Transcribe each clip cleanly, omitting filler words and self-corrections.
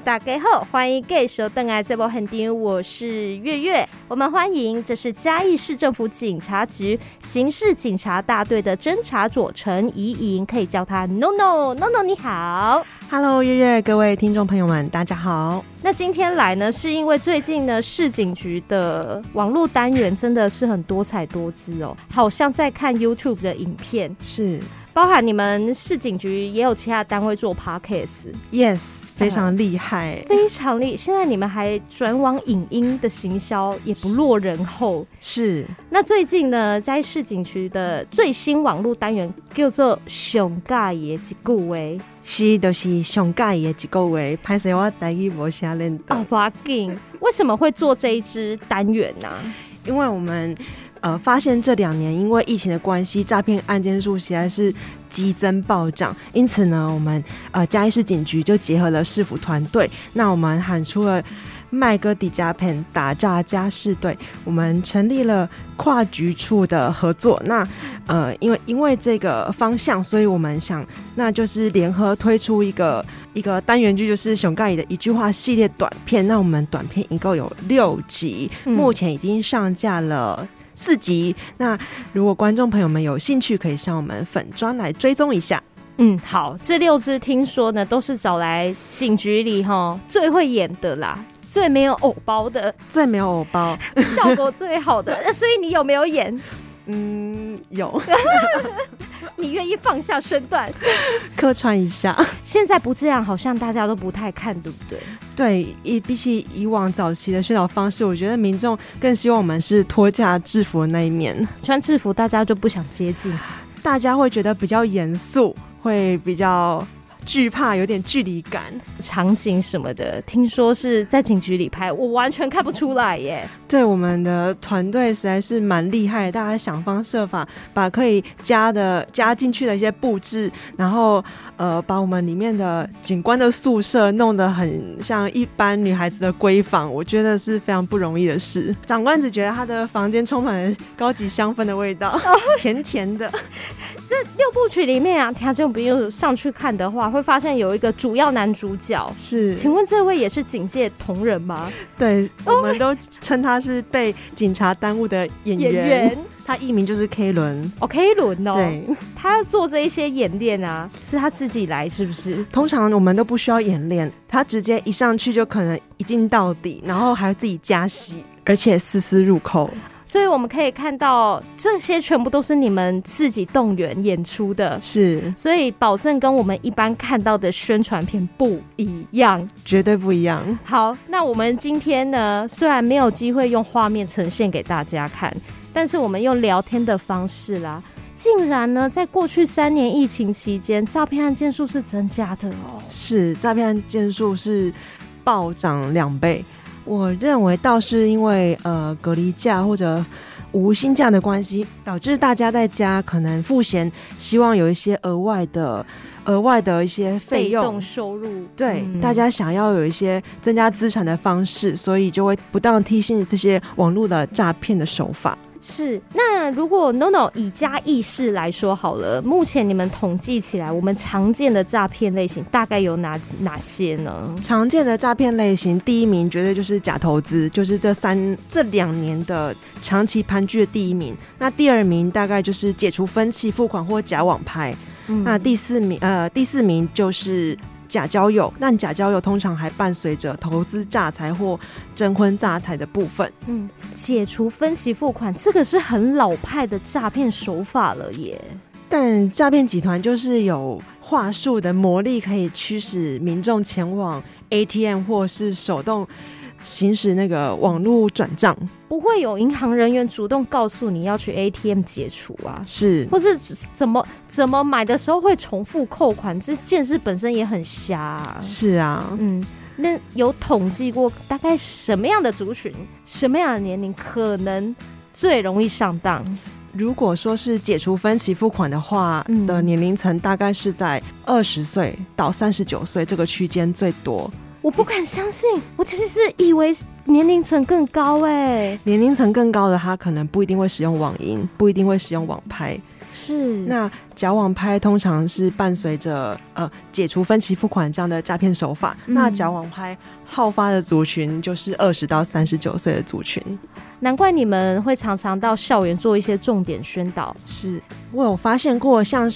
大家好，欢迎继续回来这部现场，我是月月。我们欢迎，这是嘉义市政府警察局刑事警察大队的侦查佐陈怡莹，可以叫她 NONO。NONO 你好。 Hello， 月月，各位听众朋友们，大家好。 那今天来呢，是因为最近呢，市警局的网络单元真的是很多彩多姿哦，好像在看 YouTube 的影片， 是包含你们市警局也有其他单位做 Podcast。Yes。 非常厉害， 非常厉害。现在你们还转往影音的行销，也不落人后。 是。 那最近呢，在市警局的最新网络单元叫做“上架的一句话”， 是就是上架的一句话。拍摄我台语没啥认得。 哦，不要紧。为什么会做这一支单元呢？ 因为我们发现这2年因为疫情的关系，诈骗案件数实在是激增暴涨，因此呢，我们嘉义市警局就结合了市府团队，那我们喊出了麦哥底加片打诈家事队，我们成立了跨局处的合作。那因为这个方向，所以我们想，那就是联合推出一个单元剧，就是熊盖里的一句话系列短片。那我们短片一共有6集，目前已经上架了4集。那如果观众朋友们有兴趣，可以上我们粉专来追踪一下。 好，这6支听说呢，都是找来警局里最会演的啦，最没有偶包的， 最没有偶包， 效果最好的。所以你有没有演？ 有。 你愿意放下身段客串一下？ 现在不这样，好像大家都不太看，对不对？ 对，比起以往早期的宣导方式，我觉得民众更希望我们是脱下制服的那一面。 穿制服大家就不想接近， 大家会觉得比较严肃，会比较惧怕，有点距离感。 场景什么的听说是在警局里拍，我完全看不出来耶。 对，我们的团队实在是蛮厉害的，大家想方设法把可以加进去的一些布置，然后把我们里面的警官的宿舍弄得很像一般女孩子的闺房，我觉得是非常不容易的事。长官只觉得他的房间充满了高级香氛的味道，甜甜的。 这6部曲里面啊，听众朋友上去看的话，会发现有一个主要男主角。 是， 请问这位也是警界同仁吗？ 对，我们都称他是被警察耽误的演员。他艺名就是 K 轮。 K 轮哦。 对， 他做这一些演练啊，是他自己来是不是？ 通常我们都不需要演练，他直接一上去就可能一镜到底，然后还自己加戏，而且丝丝入扣。 所以我们可以看到，这些全部都是你们自己动员演出的， 是， 所以保证跟我们一般看到的宣传片不一样， 绝对不一样。 好，那我们今天呢，虽然没有机会用画面呈现给大家看，但是我们用聊天的方式啦，竟然呢，在过去3年疫情期间，诈骗案件数是增加的哦。 是，诈骗案件数是暴涨2倍。我认为倒是因为隔离假或者无薪假的关系，导致大家在家可能赋闲，希望有一些额外的一些费用、 被动收入。 对，大家想要有一些增加资产的方式，所以就会不当听信这些网络的诈骗的手法。 是，那如果 NONO 以嘉义市来说好了，目前你们统计起来，我们常见的诈骗类型大概有哪些呢？ 常见的诈骗类型，第一名绝对就是假投资，就是这2年的长期盘踞的第1名。那第2名大概就是解除分期付款或假网拍。那第4名就是假交友，但假交友通常还伴随着投资诈财或征婚诈财的部分。 解除分期付款，这个是很老派的诈骗手法了耶。 但诈骗集团就是有话术的魔力，可以驱使民众前往 ATM 或是手动行使那个网络转账。 不会有银行人员主动告诉你要去 ATM 解除啊， 是， 或是怎么买的时候会重复扣款，这件事本身也很瞎啊。 是啊， 那有统计过大概什么样的族群、什么样的年龄可能最容易上当？ 如果说是解除分期付款的话，的年龄层大概是在20岁到39岁这个区间最多。 我不敢相信，我其实是以为年龄层更高年龄层更高的他可能不一定会使用网银，不一定会使用网拍。 是。 那假网拍通常是伴随着解除分期付款这样的诈骗手法。那假网拍好发的族群就是20到39岁的族群。 难怪你们会常常到校园做一些重点宣导。 是，我有发现过，像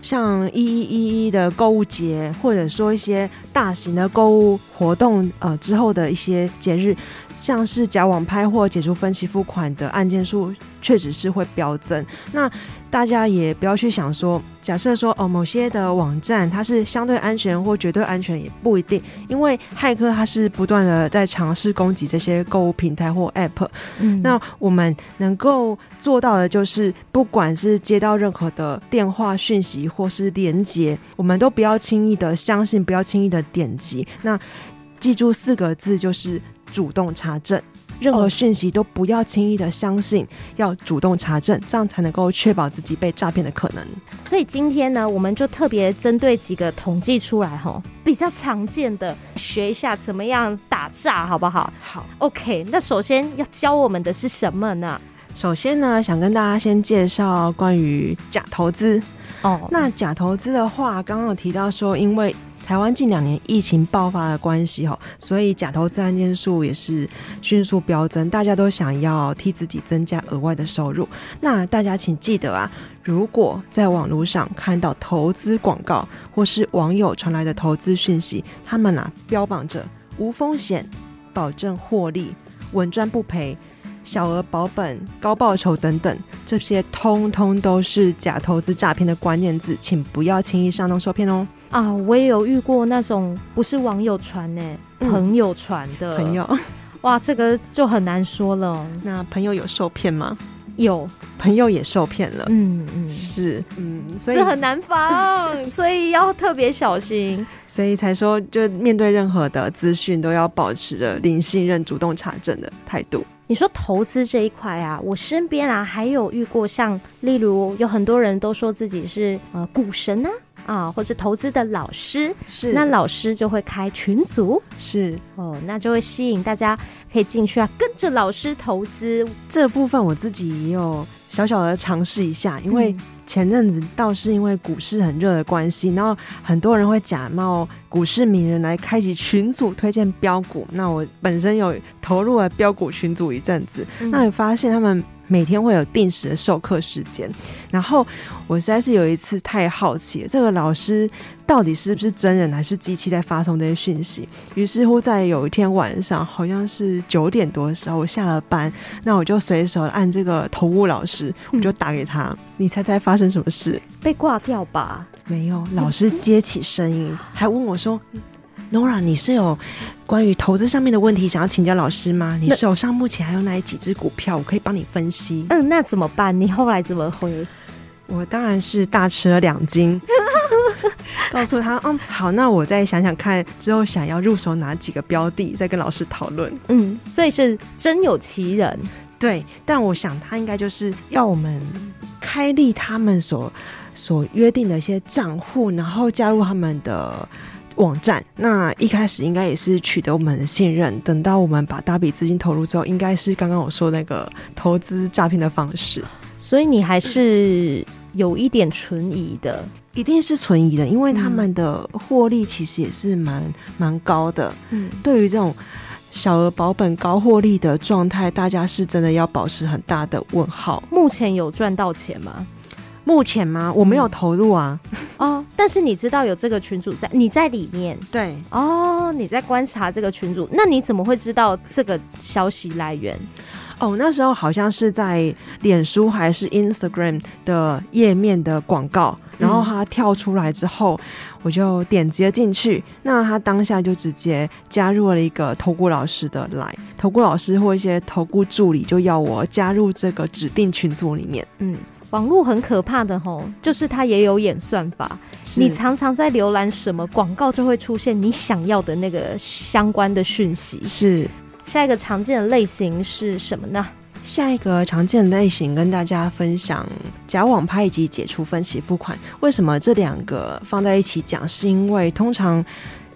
1111的购物节，或者说一些大型的购物活动之后的一些节日，像是假网拍或解除分期付款的案件数确实是会飙增。那大家也不要去想说，假设说某些的网站它是相对安全或绝对安全，也不一定，因为骇客它是不断的在尝试攻击这些购物平台或 App。那我们能够做到的就是，不管是接到任何的电话讯息或是连结，我们都不要轻易的相信，不要轻易的点击。那记住4个字，就是主动查证。任何讯息都不要轻易的相信，要主动查证，这样才能够确保自己被诈骗的可能。 所以今天呢，我们就特别针对几个统计出来比较常见的，学一下怎么样打诈，好不好？ 好 ，OK。那首先要教我们的是什么呢？ 首先呢，想跟大家先介绍关于假投资。那假投资的话，刚刚有提到说，因为台湾近2年疫情爆发的关系，所以假投资案件数也是迅速飙增，大家都想要替自己增加额外的收入。那大家请记得如果在网络上看到投资广告或是网友传来的投资讯息，他们标榜着无风险、保证获利、稳赚不赔、小额保本、高报酬等等，这些通通都是假投资诈骗的关键字，请不要轻易上当受骗哦。 我也有遇过那种不是网友传朋友传的。朋友，哇，这个就很难说了。 那朋友有受骗吗？ 有， 朋友也受骗了。是，所以这很难防，所以要特别小心。 所以才说，就面对任何的资讯都要保持着零信任、主动查证的态度。 你说投资这一块我身边还有遇过像例如有很多人都说自己是股神或是投资的老师， 是， 那老师就会开群组， 是那就会吸引大家可以进去跟着老师投资。 这部分我自己也有小小的尝试一下，因为前阵子倒是因为股市很热的关系，然后很多人会假冒股市名人来开启群组推荐标股。那我本身有投入了标股群组一阵子，那也发现他们每天会有定时的授课时间，然后我实在是有一次太好奇了，这个老师到底是不是真人还是机器在发送这些讯息。于是乎在有一天晚上，好像是9点多的时候，我下了班，那我就随手按这个投顾老师，我就打给他。你猜猜发生什么事？ 被挂掉吧？ 没有，老师接起声音，还问我说，Nora， 你是有关于投资上面的问题想要请教老师吗？你手上目前还有哪几只股票，我可以帮你分析。 那怎么办？你后来怎么回？ 我当然是大吃了2惊，告诉他，好，那我再想想看，之后想要入手哪几个标的，再跟老师讨论。 所以是真有其人。 对，但我想他应该就是要我们开立他们所约定的一些账户，然后加入他们的网站。那一开始应该也是取得我们的信任，等到我们把大笔资金投入之后，应该是刚刚我说那个投资诈骗的方式。 所以你还是有一点存疑的。 一定是存疑的，因为他们的获利其实也是蛮高的。对于这种小额保本高获利的状态，大家是真的要保持很大的问号。 目前有赚到钱吗？ 目前吗？我没有投入啊。 但是你知道有这个群组在，你在里面。 对。 你在观察这个群组，那你怎么会知道这个消息来源？ 那时候好像是在脸书还是 Instagram 的页面的广告，然后它跳出来之后，我就点击了进去。那他当下就直接加入了一个投顾老师的 LINE， 投顾老师或一些投顾助理就要我加入这个指定群组里面。 网络很可怕的就是它也有演算法，你常常在浏览什么广告，就会出现你想要的那个相关的讯息。 是。 下一个常见的类型是什么呢？ 下一个常见的类型跟大家分享假网拍以及解除分期付款。为什么这2个放在一起讲？是因为通常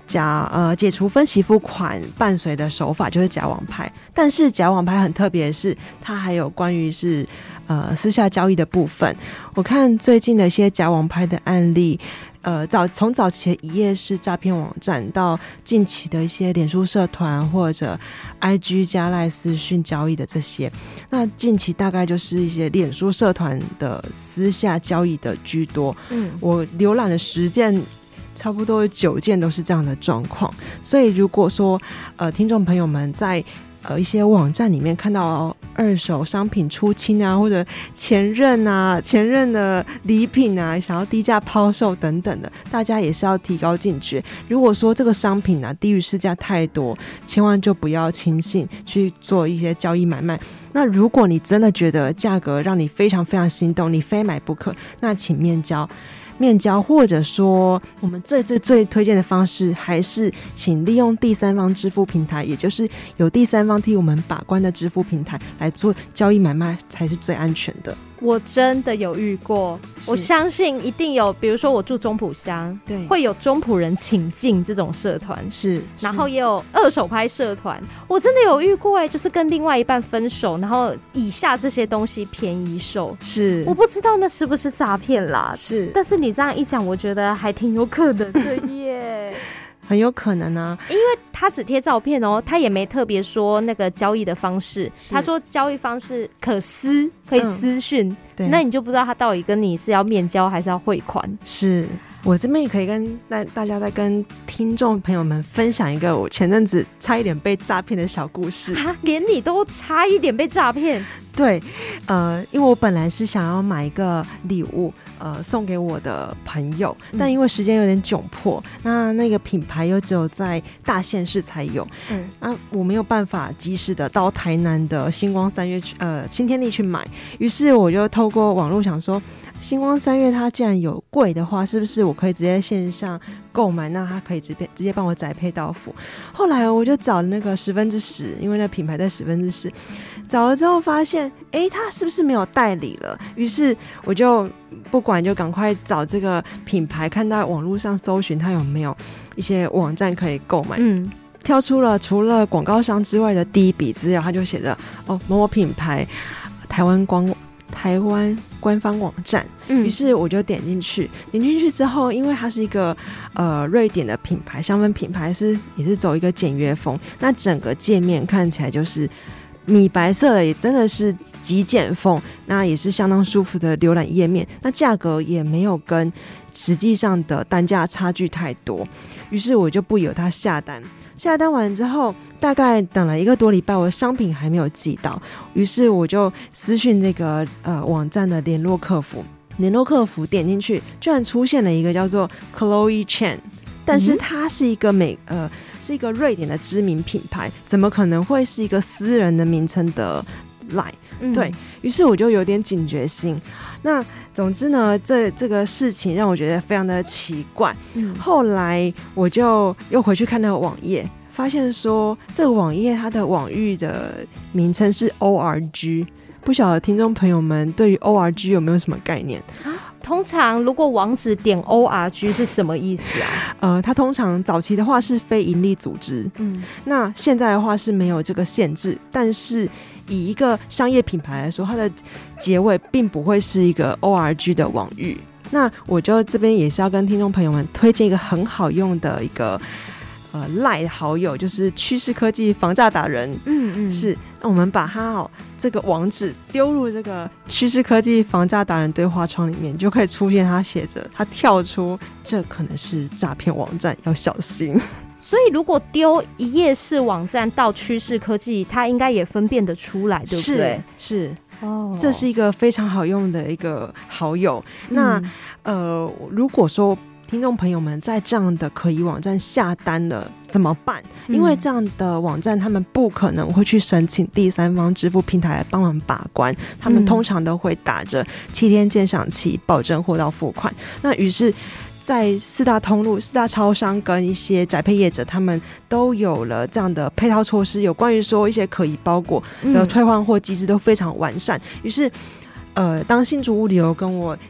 解除分期付款伴随的手法就是假网拍，但是假网拍很特别的是，它还有关于是私下交易的部分。我看最近的一些假网拍的案例，从早期的一页式诈骗网站到近期的一些脸书社团或者 IG 加赖私讯交易的这些，那近期大概就是一些脸书社团的私下交易的居多。我浏览的10件，差不多有9件都是这样的状况。所以如果说听众朋友们在一些网站里面看到二手商品出清啊，或者前任的礼品啊，想要低价抛售等等的，大家也是要提高警觉。如果说这个商品啊低于市价太多，千万就不要轻信去做一些交易买卖。那如果你真的觉得价格让你非常非常心动，你非买不可，那请面交，或者说我们最推荐的方式还是请利用第三方支付平台，也就是有第三方替我们把关的支付平台来做交易买卖，才是最安全的。 我真的有遇过，我相信一定有，比如说我住中埔乡，对，会有中埔人请进这种社团，是，然后也有二手拍社团，我真的有遇过就是跟另外一半分手，然后以下这些东西便宜售，是，我不知道那是不是诈骗啦，是，但是你这样一讲，我觉得还挺有可能的耶。 很有可能啊， 因为他只贴照片哦，他也没特别说那个交易的方式，他说交易方式可以私讯，那你就不知道他到底跟你是要面交还是要汇款。 是，我这边也可以跟大家再跟听众朋友们分享一个我前阵子差一点被诈骗的小故事。 连你都差一点被诈骗？ 对，因为我本来是想要买一个礼物送给我的朋友，但因为时间有点窘迫，那个品牌又只有在大县市才有，我没有办法及时的到台南的星光三月新天地去买，于是我就透过网络想说，星光三月它既然有柜的话，是不是我可以直接线上购买，那它可以直接帮我宅配到府。后来我就找那个10%，因为那品牌在10%，找了之后发现它是不是没有代理了，于是我就不管，就赶快找这个品牌，看到网络上搜寻它有没有一些网站可以购买，挑出了除了广告商之外的第一笔资料，它就写着某某品牌台湾官方网站，于是我就点进去之后，因为它是一个瑞典的品牌，香氛品牌，也是走一个简约风，那整个界面看起来就是米白色的，也真的是极简风，那也是相当舒服的浏览页面，那价格也没有跟实际上的单价差距太多，于是我就不由他下单完之后，大概等了1个多礼拜，我的商品还没有寄到，于是我就私讯这个网站的联络客服点进去，居然出现了一个叫做 Chloe Chen， 但是它是一个是一个瑞典的知名品牌，怎么可能会是一个私人的名称的 LINE？对，于是我就有点警觉心。那总之呢，这个事情让我觉得非常的奇怪。后来我就又回去看那个网页，发现说这个网页它的网域的名称是 ORG， 不晓得听众朋友们对于 ORG 有没有什么概念？ 通常如果网址点 ORG 是什么意思啊？ 它通常早期的话是非营利组织，那现在的话是没有这个限制，但是以一个商业品牌来说，它的结尾并不会是一个 ORG 的网域。那我就这边也是要跟听众朋友们推荐一个很好用的一个LINE 的好友，就是趋势科技防诈达人。是，那我们把它这个网址丢入这个趋势科技防诈达人对话窗里面，就可以出现它写着，它跳出这可能是诈骗网站，要小心。 所以如果丢一页式网站到趋势科技，它应该也分辨得出来，对不对？是这是一个非常好用的一个好友。那如果说听众朋友们在这样的可疑网站下单了怎么办？因为这样的网站他们不可能会去申请第三方支付平台来帮忙把关，他们通常都会打着7天鉴赏期保证货到付款。那于是在4大通路、4大超商跟一些宅配业者，他们都有了这样的配套措施，有关于说一些可疑包裹的退换货机制都非常完善。于是当新竹物流跟我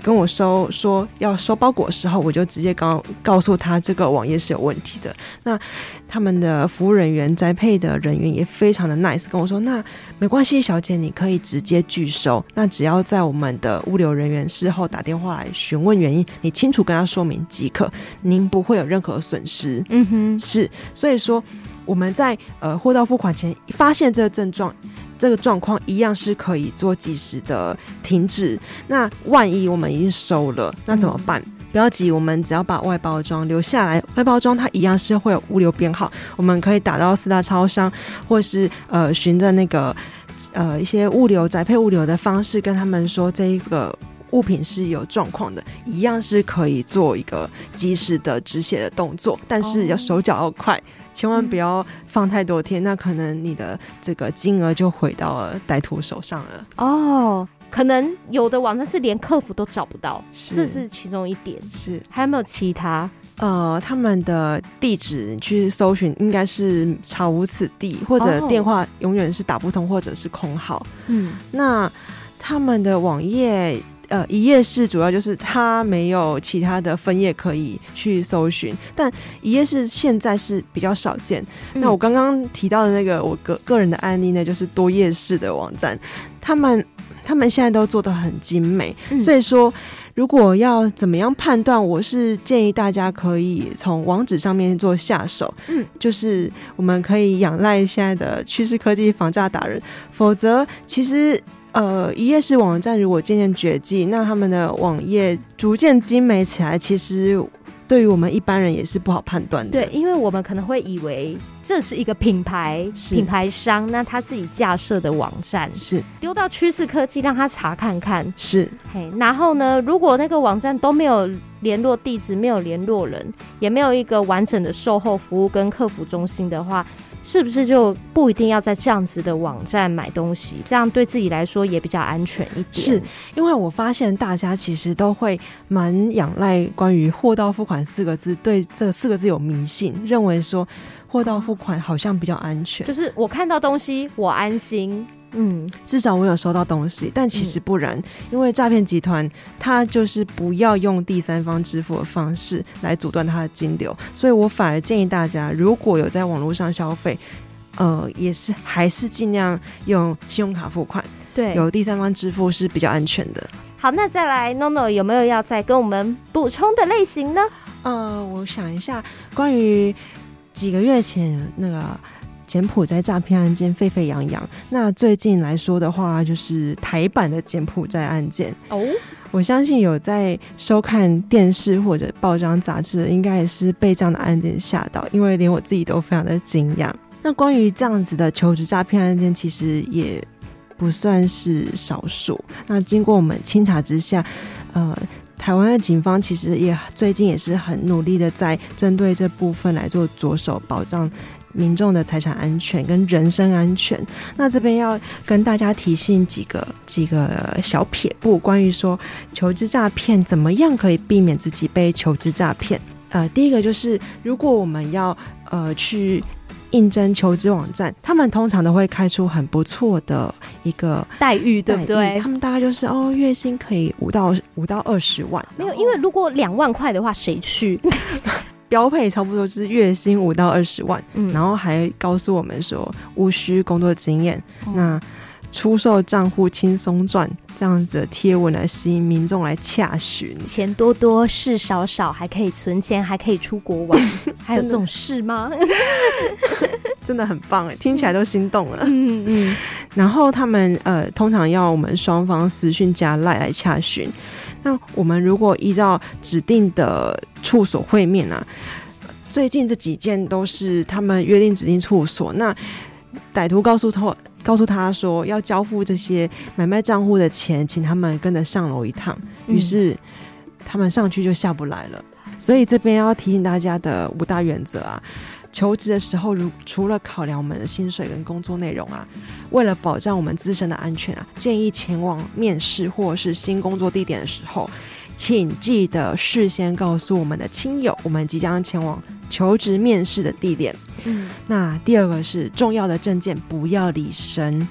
跟我说要收包裹的时候，我就直接告诉他这个网页是有问题的。那他们的服务人员、宅配的人员也非常的 nice， 跟我说那没关系，小姐你可以直接拒收，那只要在我们的物流人员事后打电话来询问原因，你清楚跟他说明即可，您不会有任何损失。是，所以说我们在货到付款前发现这个状况一样是可以做及时的停止。那万一我们已经收了，那怎么办？不要急，我们只要把外包装留下来，外包装它一样是会有物流编号，我们可以打到4大超商，或是循着那个一些宅配物流的方式跟他们说这一个物品是有状况的，一样是可以做一个及时的止血的动作，但是要手脚要快，千万不要放太多天，那可能你的这个金额就回到了歹徒手上了。 可能有的网站是连客服都找不到，这是其中一点。是，还有没有其他？ 他们的地址你去搜寻应该是查无此地，或者电话永远是打不通，或者是空号。那他们的网页一页式主要就是它没有其他的分页可以去搜寻，但一页式现在是比较少见。那我刚刚提到的那个我个人的案例呢，就是多页式的网站，他们现在都做得很精美，所以说如果要怎么样判断，我是建议大家可以从网址上面做下手。就是我们可以仰赖现在的趋势科技防诈达人，否则其实一页式网站如果渐渐绝迹，那他们的网页逐渐精美起来，其实对于我们一般人也是不好判断的。对， 因为我们可能会以为这是一个品牌商，那他自己架设的网站，是丢到趋势科技让他查看看。是，然后呢，如果那个网站都没有联络地址，没有联络人，也没有一个完整的售后服务跟客服中心的话，是不是就不一定要在这样子的网站买东西？这样对自己来说也比较安全一点。 是，因为我发现大家其实都会蛮仰赖关于货到付款4个字，对这4个字有迷信，认为说货到付款好像比较安全， 就是我看到东西我安心， 至少我有收到东西。但其实不然，因为诈骗集团它就是不要用第三方支付的方式来阻断它的金流，所以我反而建议大家，如果有在网络上消费，还是尽量用信用卡付款，对，有第三方支付是比较安全的。 好，那再来 NONO 有没有要再跟我们补充的类型呢？ 我想一下，关于几个月前那个柬埔寨诈骗案件沸沸扬扬，那最近来说的话，就是台版的柬埔寨案件。我相信有在收看电视或者报章杂志的，应该也是被这样的案件吓到，因为连我自己都非常的惊讶。那关于这样子的求职诈骗案件，其实也不算是少数。那经过我们清查之下，台湾的警方其实最近也是很努力的在针对这部分来做着手，保障民众的财产安全跟人身安全。那这边要跟大家提醒几个小撇步，关于说求职诈骗怎么样可以避免自己被求职诈骗。第一个就是如果我们要去应征求职网站，他们通常都会开出很不错的一个待遇，对不对？ 他们大概就是月薪可以5到20万。 没有，因为如果2万块的话，谁去？ 标配差不多就是月薪5到20万，然后还告诉我们说无需工作经验，那出售账户轻松赚，这样子的贴文来吸引民众来洽询， 钱多多事少少，还可以存钱，还可以出国玩，还有这种事吗？ 真的很棒，听起来都心动了。然后他们通常要我们双方私讯加赖来洽询。那我们如果依照指定的处所会面啊，最近这几件都是他们约定指定处所，那歹徒告诉他说要交付这些买卖账户的钱，请他们跟着上楼一趟，于是他们上去就下不来了。所以这边要提醒大家的5大原则啊，求职的时候除了考量我们的薪水跟工作内容啊，为了保障我们自身的安全啊，建议前往面试或是新工作地点的时候，请记得事先告诉我们的亲友我们即将前往求职面试的地点。那第二个是重要的证件不要离身，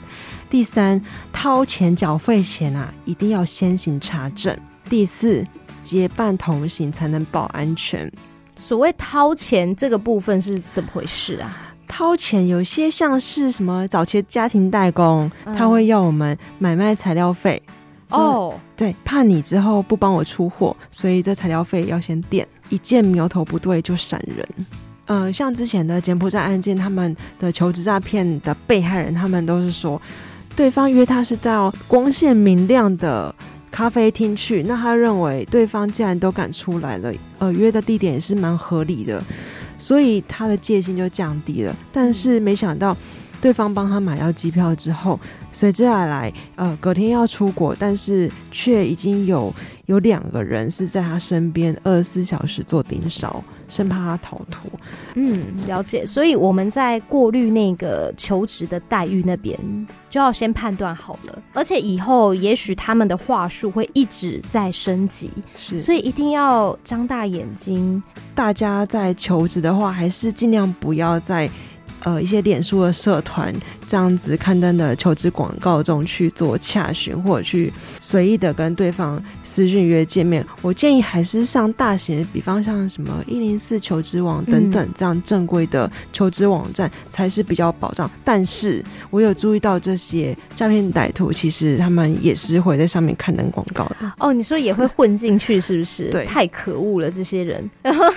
第3，掏钱缴费前啊，一定要先行查证。第4，结伴同行才能保安全。 所谓掏钱这个部分是怎么回事啊？ 掏钱有些像是什么早期家庭代工，他会要我们买卖材料费。对，怕你之后不帮我出货，所以这材料费要先垫，一见苗头不对就闪人。像之前的柬埔寨案件，他们的求职诈骗的被害人，他们都是说对方约他是到光线明亮的咖啡厅去，那他认为对方既然都敢出来了，约的地点也是蛮合理的，所以他的戒心就降低了。但是没想到对方帮他买到机票之后，随之而来隔天要出国，但是却已经有2个人是在他身边24小时做盯梢，生怕他逃脱。 了解。所以我们在过滤那个求职的待遇那边就要先判断好了，而且以后也许他们的话术会一直在升级， 是， 所以一定要张大眼睛。 大家在求职的话，还是尽量不要在一些脸书的社团这样子刊登的求职广告中去做洽询，或者去随意的跟对方私讯约见面。我建议还是上大型，比方像什么104求职网等等这样正规的求职网站才是比较保障。但是我有注意到这些诈骗歹徒其实他们也是会在上面刊登广告的。 你说也会混进去是不是？ 对， 太可恶了这些人。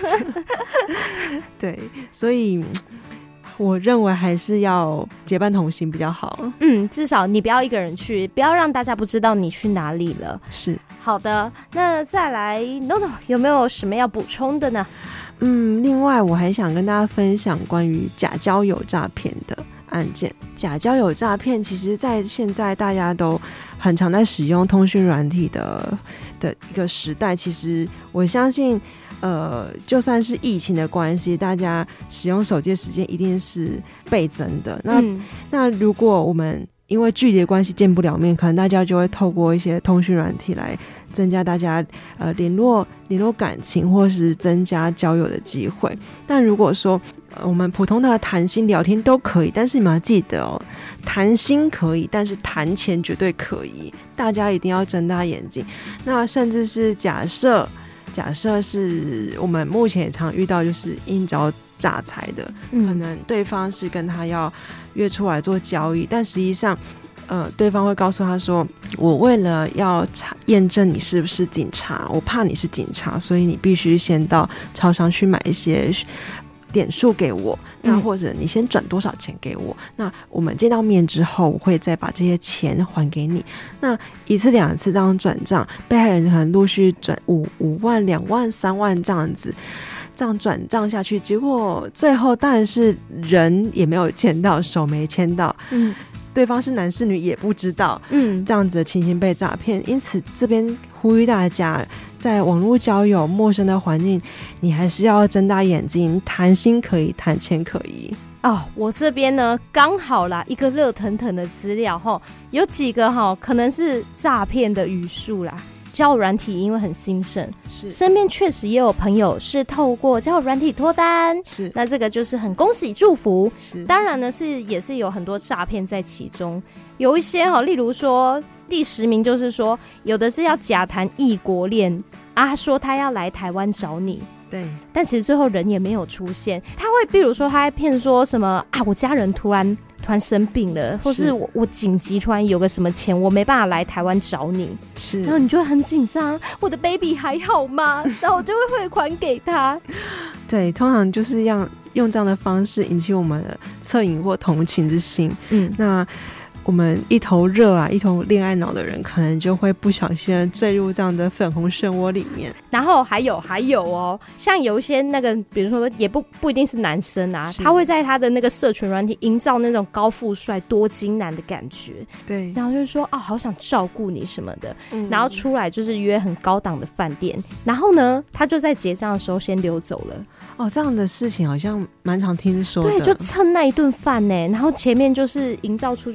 对，所以我认为还是要结伴同行比较好。 至少你不要一个人去，不要让大家不知道你去哪里了。 是， 好的。那再来 NONO 有没有什么要补充的呢？ 另外我还想跟大家分享关于假交友诈骗的案件。假交友诈骗其实在现在大家都很常在使用通讯软体的一个时代，其实我相信就算是疫情的关系，大家使用手机的时间一定是倍增的。那如果我们因为距离的关系见不了面，可能大家就会透过一些通讯软体来增加大家联络感情，或是增加交友的机会。但如果说我们普通的谈心聊天都可以，但是你们要记得谈心可以，但是谈钱绝对可以，大家一定要睁大眼睛。那甚至是假设是我们目前也常遇到，就是应招诈财的，可能对方是跟他要约出来做交易，但实际上对方会告诉他说，我为了要验证你是不是警察，我怕你是警察，所以你必须先到超商去买一些点数给我，那或者你先转多少钱给我，那我们见到面之后我会再把这些钱还给你。那1次2次这样转账，被害人可能陆续转5万2万3万这样子，这样转账下去，结果最后当然是人也没有牵到，手没牵到，对方是男是女也不知道，这样子的情形被诈骗。因此这边呼吁大家，在网络交友陌生的环境，你还是要睁大眼睛，谈心可以，谈钱可以。 我这边呢刚好啦，一个热腾腾的资料有几个可能是诈骗的语术啦。交友软体因为很兴盛，身边确实也有朋友是透过交友软体脱单，那这个就是很恭喜祝福。当然呢也是有很多诈骗在其中，有一些例如说第10名就是说，有的是要假谈异国恋啊，说他要来台湾找你， 对， 但其实最后人也没有出现。他会比如说他还骗说什么我家人突然生病了，或是我紧急突然有个什么钱，我没办法来台湾找你，然后你就会很紧张，我的 baby 还好吗？然后我就会汇款给他。 对，通常就是要用这样的方式引起我们的恻隐或同情之心。那我们一头热一头恋爱脑的人，可能就会不小心坠入这样的粉红漩涡里面。然后还有像有一些那个，比如说也不一定是男生他会在他的那个社群软体营造那种高富帅多金男的感觉，对，然后就是说好想照顾你什么的，然后出来就是约很高档的饭店，然后呢他就在结账的时候先溜走了。这样的事情好像蛮常听说的。对，就蹭那一顿饭然后前面就是营造出就是我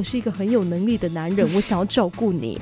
是一个很有能力的男人，我想要照顾你。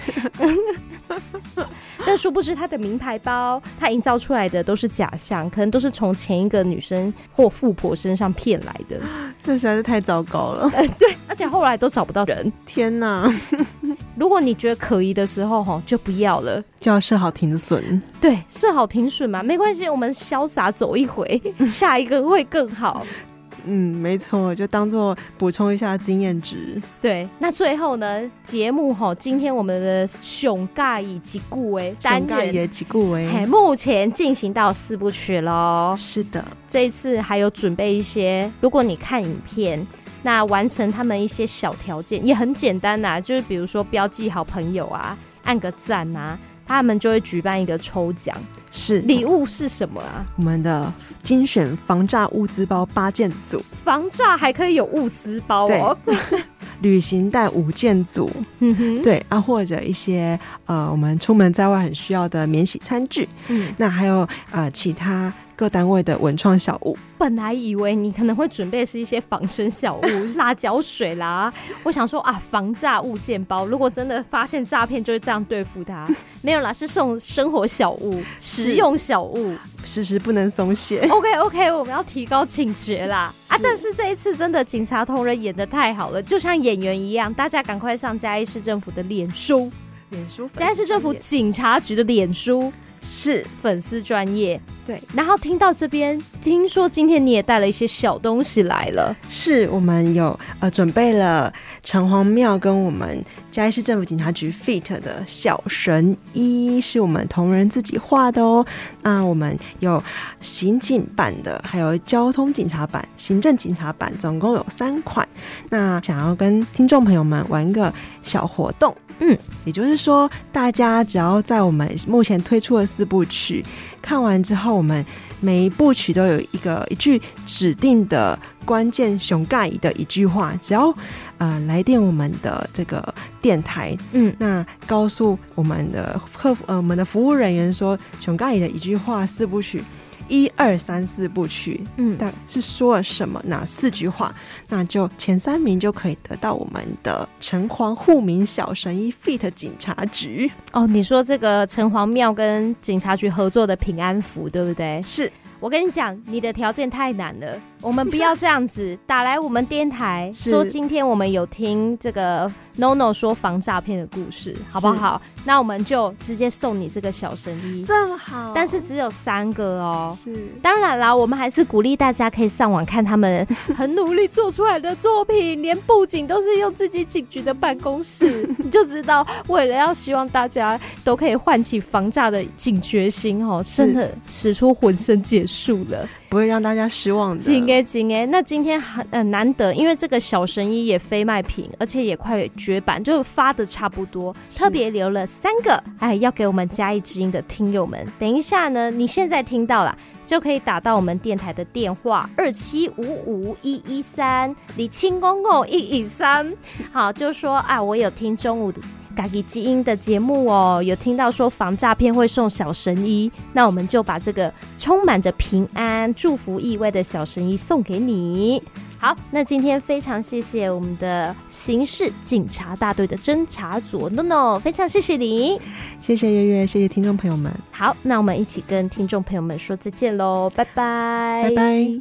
但殊不知他的名牌包，他营造出来的都是假象，可能都是从前一个女生或富婆身上骗来的。 这实在是太糟糕了。 对，而且后来都找不到人。 天哪！ 如果你觉得可疑的时候，就不要了， 就要设好停损。 对，设好停损嘛，没关系，我们潇洒走一回，下一个会更好。 没错，就当做补充一下经验值。 对，那最后呢，节目今天我们的熊尬以及顾为单元也及顾为目前进行到4部曲咯。 是的， 这一次还有准备一些，如果你看影片，那完成他们一些小条件也很简单啊，就是比如说标记好朋友啊，按个赞啊，他们就会举办一个抽奖。 是礼物是什么啊？ 我们的精选防诈物资包8件组， 防诈还可以有物资包哦。 旅行袋5件组，对啊，或者一些我们出门在外很需要的免洗餐具，那还有其他各单位的文创小物。 本来以为你可能会准备是一些防身小物，辣椒水啦。我想说防诈物件包，如果真的发现诈骗，就会这样对付他。没有啦，是送生活小物、实用小物， 时时不能松懈。 OK， 我们要提高警觉啦。但是这一次真的警察同仁演得太好了，就像演员一样，大家赶快上嘉义市政府的脸书，嘉义市政府警察局的脸书。 是粉丝专页， 对。 然后听到这边，听说今天你也带了一些小东西来了。 是我们有准备了城隍庙跟我们嘉义市政府警察局 FIT 的小神衣，是我们同仁自己画的哦。那我们有刑警版的，还有交通警察版、行政警察版，总共有3款。那想要跟听众朋友们玩一个小活动。也就是说，大家只要在我们目前推出的4部曲看完之后，我们每一部曲都有一句指定的关键熊尬姨的一句话，只要来电我们的这个电台，那告诉我们的我们的服务人员说熊尬姨的一句话4部曲。1、2、3、4部曲，大概是说了什么？哪4句话？那就前3名就可以得到我们的城隍户民小神医 FIT 警察局。 你说这个城隍庙跟警察局合作的平安符，对不对？ 是。 我跟你讲，你的条件太难了，我们不要这样子。打来我们电台说，今天我们有听这个 NONO 说防诈骗的故事，好不好？那我们就直接送你这个小神衣， 这么好。 但是只有3个哦。 是， 当然啦，我们还是鼓励大家可以上网看他们很努力做出来的作品，连布景都是用自己警局的办公室，你就知道为了要希望大家都可以唤起防诈的警觉心真的使出浑身解数了， 不会让大家失望的。 真的，那今天很难得，因为这个小神医也非卖品，而且也快绝版，就发的差不多，特别留了3个，要给我们嘉义之音的听友们。等一下呢，你现在听到了，就可以打到我们电台的电话2755-113，你轻公共113，好，就说我有听中午嘉义之音的节目有听到说防诈骗会送小神衣，那我们就把这个充满着平安祝福意味的小神衣送给你。好，那今天非常谢谢我们的刑事警察大队的侦查组 NONO， 非常谢谢你。 谢谢月月，谢谢听众朋友们。 好，那我们一起跟听众朋友们说再见咯，拜拜， 拜拜。